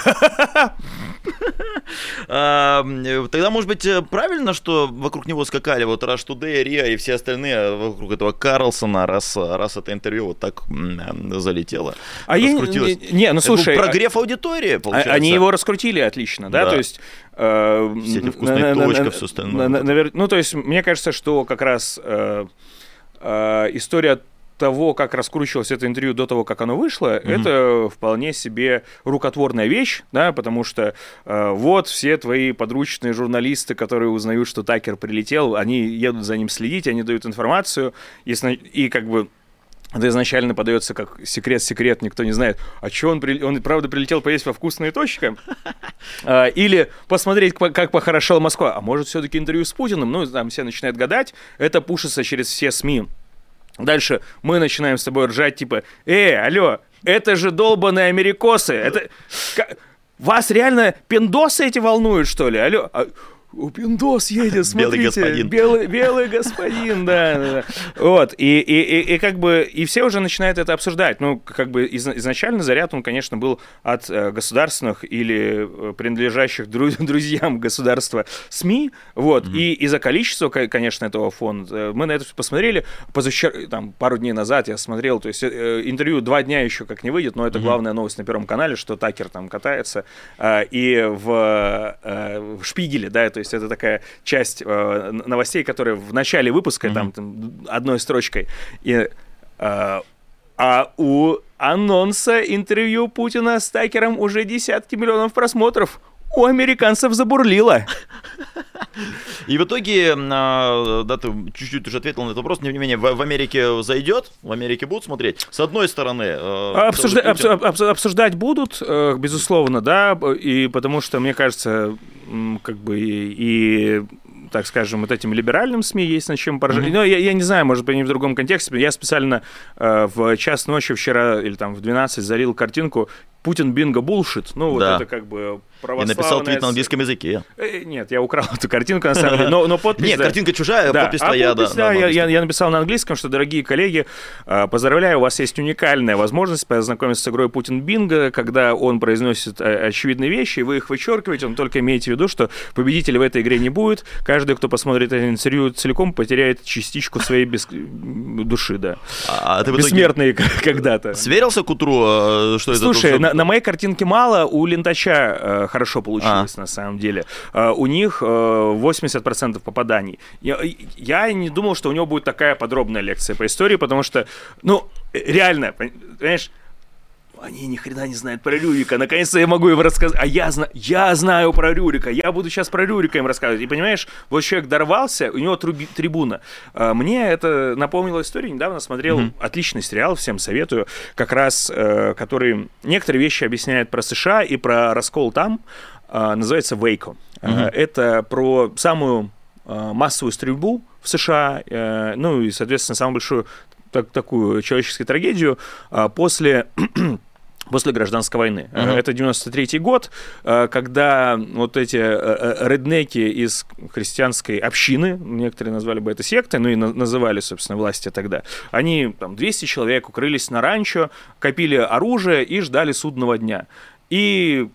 Speaker 2: Тогда, может быть, правильно, что вокруг него скакали вот Rush Today, РИА и все остальные вокруг этого Карлсона, раз это интервью вот так залетело, раскрутилось.
Speaker 3: Слушай,
Speaker 2: прогрев аудитории, получается.
Speaker 3: Они его раскрутили отлично, да? То есть...
Speaker 2: Все эти вкусные точки, все остальное.
Speaker 3: То есть, мне кажется, что как раз история того, как раскручивалось это интервью до того, как оно вышло, это вполне себе рукотворная вещь, да, потому что вот все твои подручные журналисты, которые узнают, что Такер прилетел, они едут за ним следить, они дают информацию, и как бы это изначально подается как секрет, никто не знает, а что он правда прилетел поесть во вкусные точки? Или посмотреть, как похорошела Москва, а может все-таки интервью с Путиным, там все начинают гадать, это пушится через все СМИ. Дальше мы начинаем с тобой ржать, типа, алло, это же долбаные америкосы, это... Вас реально пиндосы эти волнуют, что ли? Алло, пиндос едет, смотрите, белый господин, да. Вот, и как бы, и все уже начинают это обсуждать. Как бы изначально заряд, он, конечно, был от государственных или принадлежащих друзьям государства СМИ, вот, и из-за количества, конечно, этого фона. Мы на это посмотрели, пару дней назад я смотрел, то есть интервью 2 дня еще как не выйдет, но это главная новость на Первом канале, что Такер там катается, и в Шпигеле, да, то есть это такая часть новостей, которая в начале выпуска, там одной строчкой. А у анонса интервью Путина с Такером уже десятки миллионов просмотров. у американцев забурлило.
Speaker 2: И в итоге, да, ты чуть-чуть уже ответил на этот вопрос, тем не менее, в Америке зайдет, в Америке будут смотреть. С одной стороны...
Speaker 3: Обсуждать будут, безусловно, да, и потому что, мне кажется, как бы и так скажем, вот этим либеральным СМИ есть над чем поражать. Но я не знаю, может быть, не в другом контексте. Я специально в час ночи вчера или там в 12 залил картинку «Путин бинго булшит». Ну, вот это как бы православная...
Speaker 2: И написал твит на английском языке.
Speaker 3: Нет, я украл эту картинку, на самом деле. Но подпись...
Speaker 2: Нет, картинка чужая, подпись твоя, да.
Speaker 3: Я написал на английском, что, дорогие коллеги, поздравляю, у вас есть уникальная возможность познакомиться с игрой «Путин бинго», когда он произносит очевидные вещи, и вы их вычеркиваете, но только имейте в виду, что победителя в этой игре не будет. Каждый, кто посмотрит это интервью целиком, потеряет частичку своей души, да. Бессмертные когда-то.
Speaker 2: Сверился к утру, что это?
Speaker 3: Слушай, на моей картинке мало, у Лентача хорошо получилось, на самом деле. У них 80% попаданий. Я не думал, что у него будет такая подробная лекция по истории, потому что, реально, понимаешь, они ни хрена не знают про Рюрика. Наконец-то я могу им рассказать. А я знаю про Рюрика. Я буду сейчас про Рюрика им рассказывать. И понимаешь, вот человек дорвался, у него трибуна. Мне это напомнило историю. Недавно смотрел отличный сериал, всем советую, как раз, который некоторые вещи объясняет про США и про раскол там. Называется «Вейко». Это про самую массовую стрельбу в США, ну и, соответственно, самую большую такую человеческую трагедию после гражданской войны. Это 93-й год, когда вот эти реднеки из христианской общины, некоторые назвали бы это сектой, ну и называли, собственно, власти тогда, они, там, 200 человек укрылись на ранчо, копили оружие и ждали судного дня. И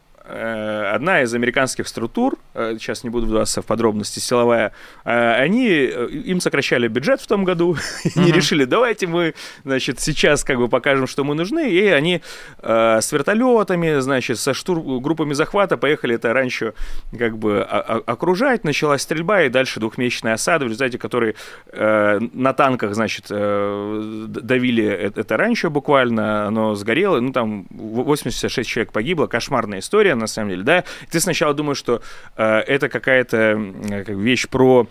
Speaker 3: одна из американских структур, сейчас не буду вдаваться в подробности, силовая, им сокращали бюджет в том году, и не решили, давайте мы, значит, сейчас как бы покажем, что мы нужны, и они с вертолетами, значит, со группами захвата поехали это раньше как бы окружать, началась стрельба, и дальше двухмесячная осада, в результате которой на танках, значит, давили это раньше буквально, оно сгорело, ну там 86 человек погибло, кошмарная история, на самом деле, да, и ты сначала думаешь, что это какая-то вещь про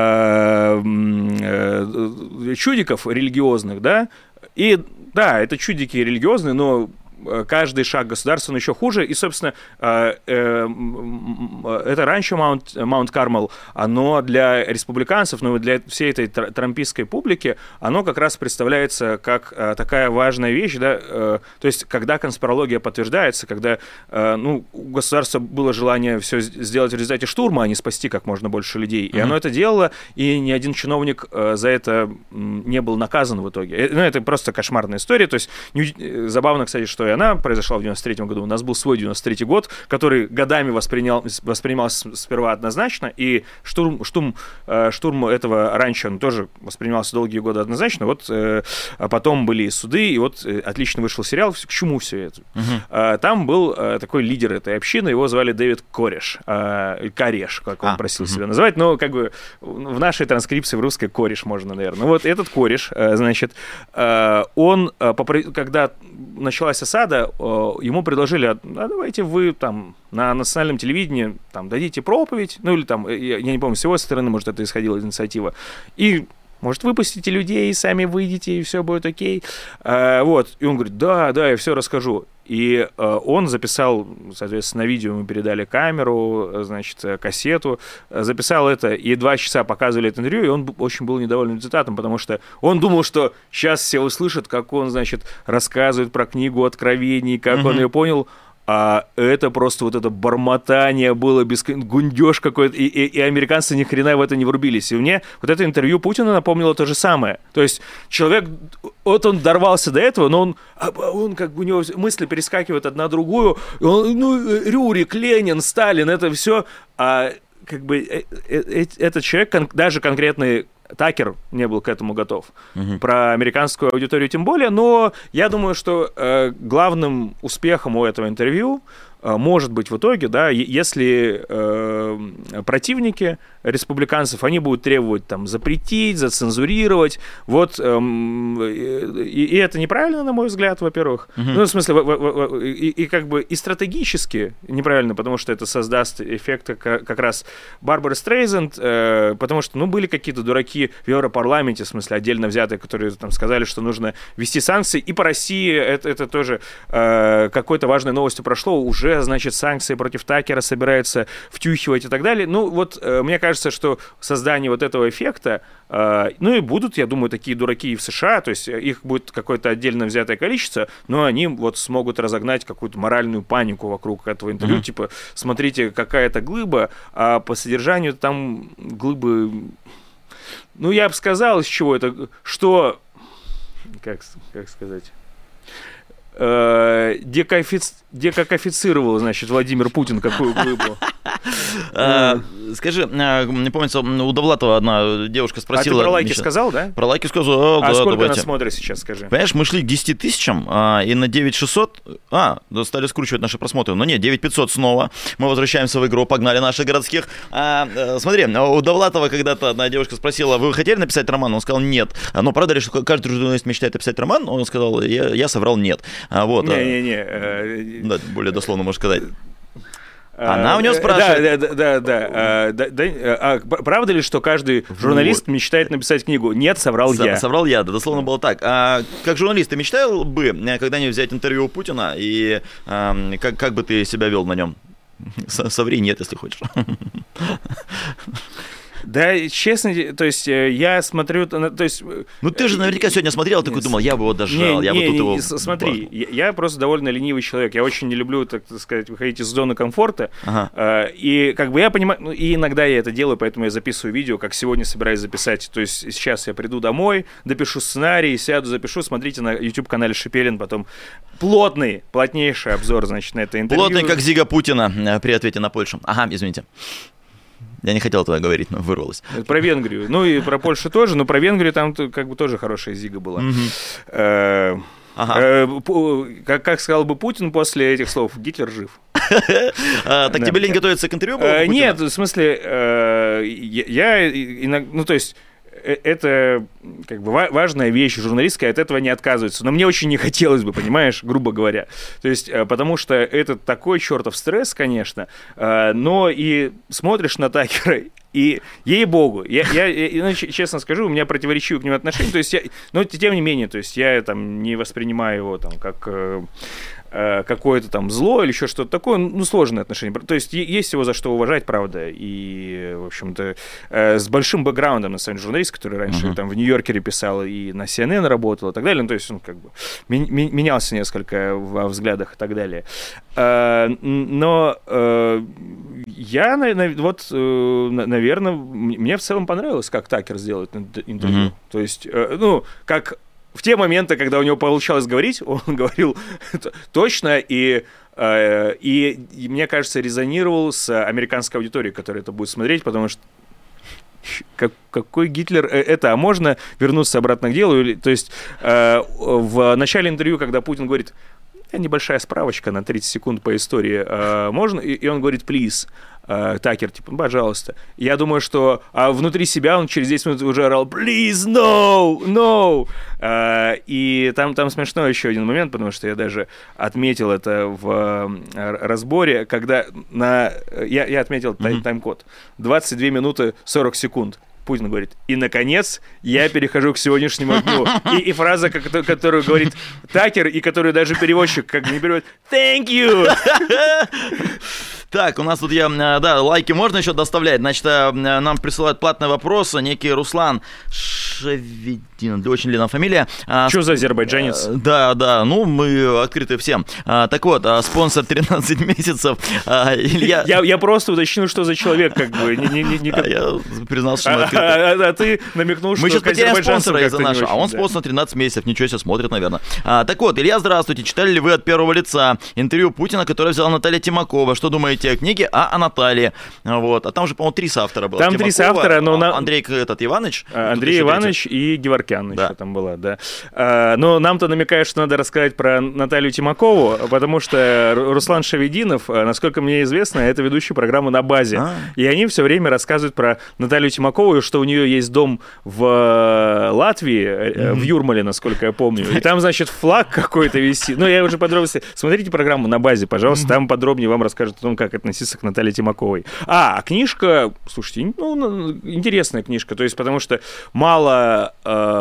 Speaker 3: чудиков религиозных, да, и да, это чудики религиозные, но каждый шаг государства, еще хуже. И, собственно, это раньше Маунт Кармел, оно для республиканцев, но для всей этой трампистской публики, оно как раз представляется как такая важная вещь, да, то есть, когда конспирология подтверждается, когда, у государства было желание все сделать в результате штурма, а не спасти как можно больше людей, и оно это делало, и ни один чиновник за это не был наказан в итоге. Ну, это просто кошмарная история, то есть, забавно, кстати, что и она произошла в 93-м году. У нас был свой 93-й год, который годами воспринимался сперва однозначно, и штурм этого раньше он тоже воспринимался долгие годы однозначно. Вот потом были и суды, и вот отлично вышел сериал. К чему все это? Там был такой лидер этой общины, его звали Дэвид Кореш. Кореш, как он просил себя называть, но как бы в нашей транскрипции в русской Кореш можно, наверное. Вот этот Кореш, значит, он, когда началась осада, ему предложили, давайте вы там на национальном телевидении там дадите проповедь, ну или там, я не помню, с его стороны, может, это исходила инициатива, и, может, выпустите людей, сами выйдете, и все будет окей. Вот, и он говорит, да, я все расскажу. И он записал, соответственно, на видео мы передали камеру, значит, кассету, записал это, и 2 часа показывали это интервью, и он очень был недоволен результатом, потому что он думал, что сейчас все услышат, как он, значит, рассказывает про книгу Откровений, как он ее понял, а это просто вот это бормотание было, гундеж какой-то, и американцы ни хрена в это не врубились. И мне вот это интервью Путина напомнило то же самое. То есть человек, вот он дорвался до этого, но он как бы у него мысли перескакивают одна другую, Рюрик, Ленин, Сталин, это все, а как бы этот человек, даже конкретный Такер не был к этому готов. Про американскую аудиторию тем более, но я думаю, что главным успехом у этого интервью может быть в итоге, да, если противники республиканцев, они будут требовать там запретить, зацензурировать, вот, и это неправильно, на мой взгляд, во-первых, ну, в смысле, и как бы и стратегически неправильно, потому что это создаст эффект как раз Барбары Стрейзенд, потому что, ну, были какие-то дураки в Европарламенте, в смысле, отдельно взятые, которые там сказали, что нужно ввести санкции, и по России это тоже какой-то важной новостью прошло, уже, значит, санкции против Такера собираются втюхивать и так далее. Ну, вот, мне кажется, что создание вот этого эффекта, ну, и будут, я думаю, такие дураки и в США, то есть их будет какое-то отдельно взятое количество, но они вот смогут разогнать какую-то моральную панику вокруг этого интервью, типа, смотрите, какая-то глыба, а по содержанию там глыбы, ну, я бы сказал, из чего это, что, как сказать, декокифицировал, значит, Владимир Путин какую глыбу.
Speaker 2: Скажи, мне помнится, у Довлатова одна девушка спросила...
Speaker 3: А ты про лайки сказал, да?
Speaker 2: Про лайки сказал, да.
Speaker 3: А сколько нас смотрит сейчас, скажи?
Speaker 2: Понимаешь, мы шли к 10 тысячам, и на 9600... стали скручивать наши просмотры. Но нет, 9500 снова. Мы возвращаемся в игру, погнали наших городских. Смотри, у Довлатова когда-то одна девушка спросила, вы хотели написать роман? Он сказал, нет. Но правда ли, что каждый журналист мечтает написать роман? Он сказал, я соврал, нет. Вот.
Speaker 3: Не-не-не.
Speaker 2: Более дословно можно сказать. Она у него спрашивает.
Speaker 3: Да. Правда ли, что каждый журналист мечтает написать книгу? Нет, соврал я.
Speaker 2: Соврал я, да, дословно было так. Как журналист, ты мечтал бы когда-нибудь взять интервью у Путина, и как бы ты себя вел на нем? Соври, нет, если хочешь.
Speaker 3: Да, честно, то есть я смотрю, то есть...
Speaker 2: Ну ты же наверняка сегодня смотрел, такой думал, я бы его дожал, я бы тут его...
Speaker 3: Смотри, я просто довольно ленивый человек, я очень не люблю, так сказать, выходить из зоны комфорта, и как бы я понимаю, ну, и иногда я это делаю, поэтому я записываю видео, как сегодня собираюсь записать, то есть сейчас я приду домой, допишу сценарий, сяду, запишу, смотрите на YouTube-канале Шипелин, потом плотнейший обзор, значит, на это интервью.
Speaker 2: Плотный, как Зига Путина при ответе на Польшу. Ага, извините. Я не хотел этого говорить, но вырвалось.
Speaker 3: Про Венгрию. Ну и про Польшу тоже, но про Венгрию там как бы тоже хорошая зига была. Как сказал бы Путин после этих слов, Гитлер жив.
Speaker 2: Так тебе лень готовиться к интервью?
Speaker 3: Нет, в смысле, я иногда, ну то есть... Это как бы важная вещь журналистская, от этого не отказывается. Но мне очень не хотелось бы, понимаешь, грубо говоря. То есть, потому что это такой чертов стресс, конечно, но и смотришь на Такера, и ей-богу, я честно скажу, у меня противоречивые к нему отношения, то есть но тем не менее, то есть я там не воспринимаю его там как... какое-то там зло или еще что-то такое, ну, сложные отношения. То есть есть его за что уважать, правда, и, в общем-то, с большим бэкграундом, на самом деле, журналист, который раньше там в Нью-Йоркере писал и на CNN работал и так далее, ну, то есть он как бы менялся несколько во взглядах и так далее. Но я, вот, наверное, мне в целом понравилось, как Такер сделает интервью. То есть, ну, как... В те моменты, когда у него получалось говорить, он говорил точно и мне кажется, резонировал с американской аудиторией, которая это будет смотреть, потому что какой Гитлер это? А можно вернуться обратно к делу? То есть в начале интервью, когда Путин говорит, небольшая справочка на 30 секунд по истории, можно? И он говорит, please. Такер, типа, пожалуйста. Я думаю, что внутри себя он через 10 минут уже орал «Please, no, no!» И там смешной еще один момент, потому что я даже отметил это в разборе, когда я отметил тайм-код. 22 минуты 40 секунд. Путин говорит, и, наконец, я перехожу к сегодняшнему дню. И фраза, которую говорит Такер, и которую даже переводчик как бы не переводит, «Thank you!»
Speaker 2: Так, у нас тут лайки можно еще доставлять. Значит, нам присылают платный вопрос. Некий Руслан Шеведин, очень длинная фамилия.
Speaker 3: Что за азербайджанец?
Speaker 2: Да, ну мы открыты всем. Так вот, спонсор 13 месяцев. Илья...
Speaker 3: Я просто уточню, что за человек, как бы.
Speaker 2: Я признался, что мы открыты.
Speaker 3: А ты намекнул, что...
Speaker 2: Мы сейчас потеряем спонсора из-за нашего. А он спонсор 13 месяцев. Ничего себе, смотрит, наверное. Так вот, Илья, здравствуйте. Читали ли вы от первого лица интервью Путина, которое взяла Наталья Тимакова? Что думаете те книги, а о Наталье. Вот. А там же, по-моему, 3 соавтора было.
Speaker 3: Там 3 соавтора, но...
Speaker 2: Андрей Иванович.
Speaker 3: Андрей Иванович и Геворкян еще там была, да. Но нам-то намекают, что надо рассказать про Наталью Тимакову, потому что Руслан Шавединов, насколько мне известно, это ведущий программы «На базе». И они все время рассказывают про Наталью Тимакову, что у нее есть дом в Латвии, в Юрмале, насколько я помню. И там, значит, флаг какой-то висит. Ну, я уже подробности... Смотрите программу «На базе», пожалуйста, там подробнее вам расскажут о том, как относиться к Наталье Тимаковой. А книжка, слушайте, ну, интересная книжка, то есть потому что мало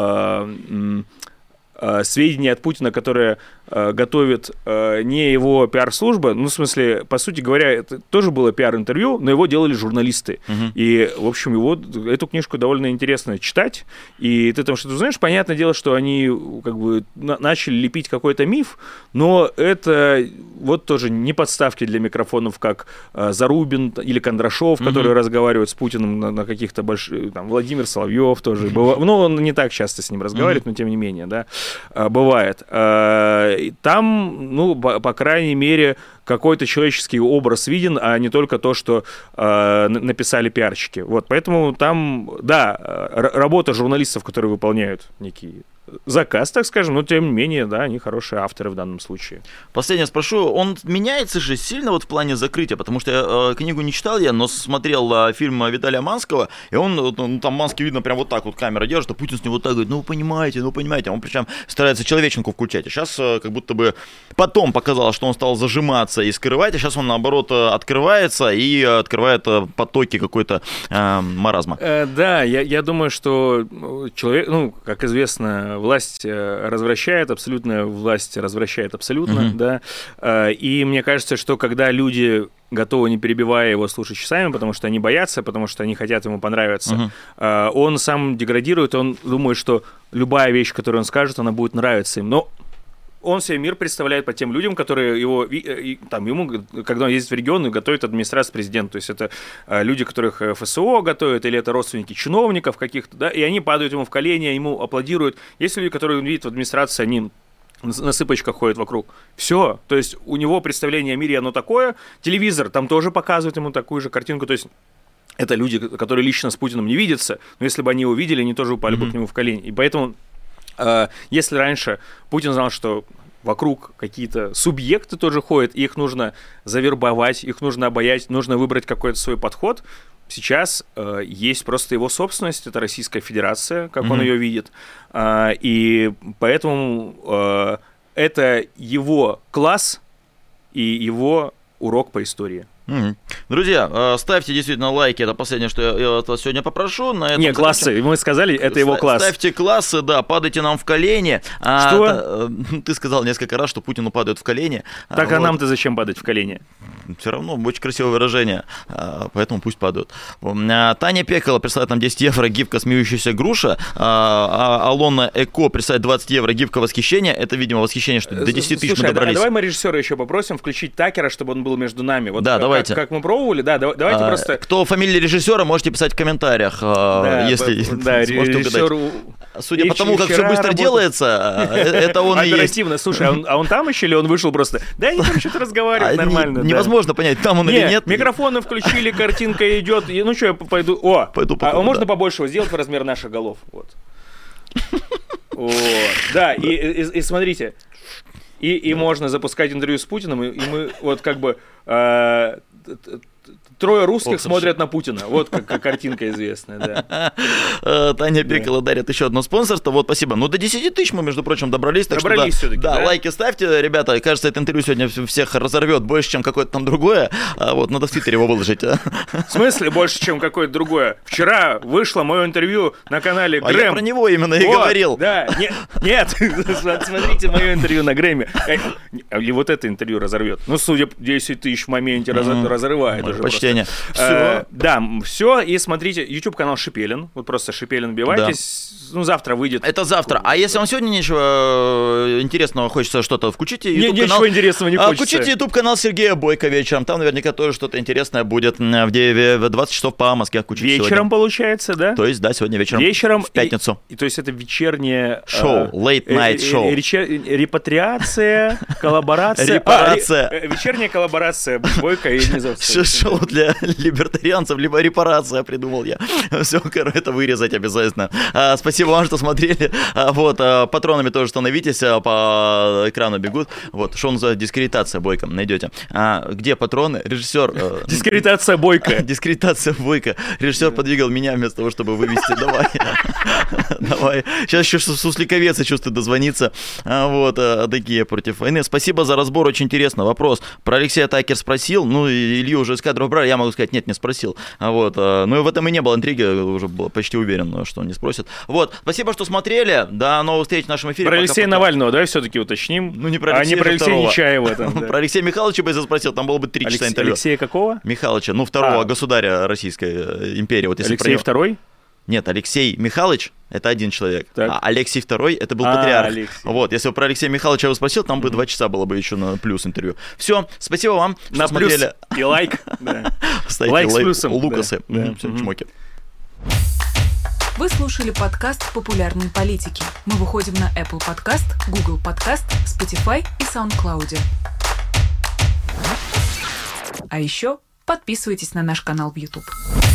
Speaker 3: сведений от Путина, которые готовит не его пиар-служба, ну, в смысле, по сути говоря, это тоже было пиар-интервью, но его делали журналисты. И, в общем, эту книжку довольно интересно читать, и ты там что-то знаешь, понятное дело, что они как бы начали лепить какой-то миф, но это вот тоже не подставки для микрофонов, как Зарубин или Кондрашов, которые разговаривают с Путиным на каких-то больших, там, Владимир Соловьев тоже, ну, он не так часто с ним разговаривает, но тем не менее, да, бывает. Там, ну, по крайней мере, какой-то человеческий образ виден, а не только то, что написали пиарщики. Вот, поэтому там, да, работа журналистов, которые выполняют некий заказ, так скажем, но тем не менее, да, они хорошие авторы в данном случае.
Speaker 2: Последнее спрошу, он меняется же сильно вот в плане закрытия, потому что я книгу не читал я, но смотрел фильм Виталия Манского, и он там Манский видно прям вот так вот камера держит, а Путин с ним вот так говорит, ну вы понимаете, он причем старается человеченку включать, а сейчас как будто бы потом показалось, что он стал зажиматься и скрывать, а сейчас он наоборот открывается и открывает потоки какой-то маразма. Да,
Speaker 3: я думаю, что человек, ну, как известно, власть развращает, абсолютная власть развращает абсолютно, да, и мне кажется, что когда люди готовы, не перебивая его, слушать часами, потому что они боятся, потому что они хотят ему понравиться, он сам деградирует, он думает, что любая вещь, которую он скажет, она будет нравиться им, но он себе мир представляет по тем людям, которые ему, когда он ездит в регион, готовит администрация президента. То есть это люди, которых ФСО готовят, или это родственники чиновников каких-то, да, и они падают ему в колени, ему аплодируют. Есть люди, которые он видит в администрации, они на цыпочках ходят вокруг. Все. То есть у него представление о мире, оно такое. Телевизор там тоже показывает ему такую же картинку. То есть это люди, которые лично с Путиным не видятся, но если бы они его видели, они тоже упали бы к нему в колени. И поэтому... Если раньше Путин знал, что вокруг какие-то субъекты тоже ходят, и их нужно завербовать, их нужно обаять, нужно выбрать какой-то свой подход, сейчас есть просто его собственность, это Российская Федерация, как он ее видит, и поэтому это его класс и его урок по истории.
Speaker 2: Друзья, ставьте действительно лайки, это последнее, что я от вас сегодня попрошу.
Speaker 3: Не, классы, мы сказали, это его класс.
Speaker 2: Ставьте классы, да, падайте нам в колени.
Speaker 3: Что?
Speaker 2: Ты сказал несколько раз, что Путину падают в колени.
Speaker 3: Так, а нам-то зачем падать в колени?
Speaker 2: Все равно, очень красивое выражение, поэтому пусть падают. Таня Пекала присылает нам 10 евро, гифка «Смеющаяся груша». Алона Эко присылает 20 евро, гифка «Восхищение». Это, видимо, восхищение, что до 10 тысяч мы добрались.
Speaker 3: Давай мы режиссера еще попросим включить Такера, чтобы он был между нами. Вот
Speaker 2: да, давайте.
Speaker 3: Как мы пробовали, да, давайте просто...
Speaker 2: Кто фамилия режиссера, можете писать в комментариях, если сможете угадать. Судя по тому, как все быстро делается, это он и есть.
Speaker 3: Оперативно. Слушай, а он там еще или он вышел просто? Да, они там что-то разговаривают нормально.
Speaker 2: Невозможно понять, там он или нет.
Speaker 3: Микрофоны включили, картинка идет. Ну что, я пойду... А можно побольше его сделать в размер наших голов? Вот. Да, и смотрите, и можно запускать интервью с Путиным, и мы вот как бы... Трое русских смотрят на Путина. Вот как картинка известная, да.
Speaker 2: Таня Пекала дарит еще одно спонсорство. Вот, спасибо. Ну, до 10 тысяч мы, между прочим, добрались. Так
Speaker 3: добрались
Speaker 2: что,
Speaker 3: все-таки,
Speaker 2: да, лайки ставьте, ребята. Кажется, это интервью сегодня всех разорвет больше, чем какое-то там другое. Вот, надо в Твиттере его выложить.
Speaker 3: В смысли больше, чем какое-то другое? Вчера вышло мое интервью на канале Грэм.
Speaker 2: Я про него именно и говорил.
Speaker 3: Да, нет, смотрите мое интервью на Грэмме. И вот это интервью разорвет. Ну, судя, 10 тысяч в моменте разрывает.
Speaker 2: почтение.
Speaker 3: Все. Да, все. И смотрите, YouTube-канал Шипелин. Вот просто Шипелин вбивайтесь. Ну, завтра выйдет.
Speaker 2: Это завтра. А если вам сегодня ничего интересного хочется что-то, включите YouTube-канал.
Speaker 3: Ничего интересного не хочется.
Speaker 2: Включите YouTube-канал Сергея Бойко вечером. Там наверняка тоже что-то интересное будет в 20 часов по Москве.
Speaker 3: Вечером сегодня. Получается, да?
Speaker 2: То есть, да, сегодня вечером в пятницу.
Speaker 3: То есть это вечернее...
Speaker 2: Шоу, late-night шоу.
Speaker 3: Репатриация, коллаборация.
Speaker 2: Репарация.
Speaker 3: Вечерняя коллаборация Бойко и Низовского.
Speaker 2: Шоу для либертарианцев, либо репарация придумал я. Все, это вырезать обязательно. Спасибо вам, что смотрели. Вот, патронами тоже становитесь, по экрану бегут. Вот, что он за дискредитация Бойко, найдете. Где патроны? Режиссер...
Speaker 3: Дискредитация Бойко.
Speaker 2: Дискредитация Бойко. Режиссер подвигал меня вместо того, чтобы вывести. Давай. Сейчас еще Сусликовец, я чувствую, дозвониться. Вот, такие против войны. Спасибо за разбор, очень интересно. Вопрос. Про Алексея Такер спросил, ну, Илью уже из кадров брали, я могу сказать, нет, не спросил. Вот, ну, и в этом и не было интриги, уже был почти уверен, что он не спросит. Вот, спасибо, что смотрели. До новых встреч в нашем эфире.
Speaker 3: Про Алексея Навального, давай все-таки уточним.
Speaker 2: Ну, не про Алексея,
Speaker 3: а не про Алексея Нечаева.
Speaker 2: Про Алексея Михайловича бы я спросил, там было бы 3 часа интервью.
Speaker 3: Алексея какого?
Speaker 2: Михайловича, ну, второго государя Российской империи. Вот, если
Speaker 3: Алексей II?
Speaker 2: Нет, Алексей Михайлович — это один человек,
Speaker 3: так.
Speaker 2: а Алексей II — это был патриарх.
Speaker 3: Алексей.
Speaker 2: Вот, если бы про Алексея Михайловича я бы спросил, там бы 2 часа было бы еще на плюс интервью. Все, спасибо вам, что
Speaker 3: на
Speaker 2: смотрели.
Speaker 3: Плюс и лайк.
Speaker 2: Ставьте
Speaker 3: лайк с плюсом.
Speaker 2: Лукасы. Все, чмоки.
Speaker 1: Вы слушали подкаст «Популярные политики». Мы выходим на Apple Podcast, Google Podcast, Spotify и SoundCloud. А еще подписывайтесь на наш канал в YouTube.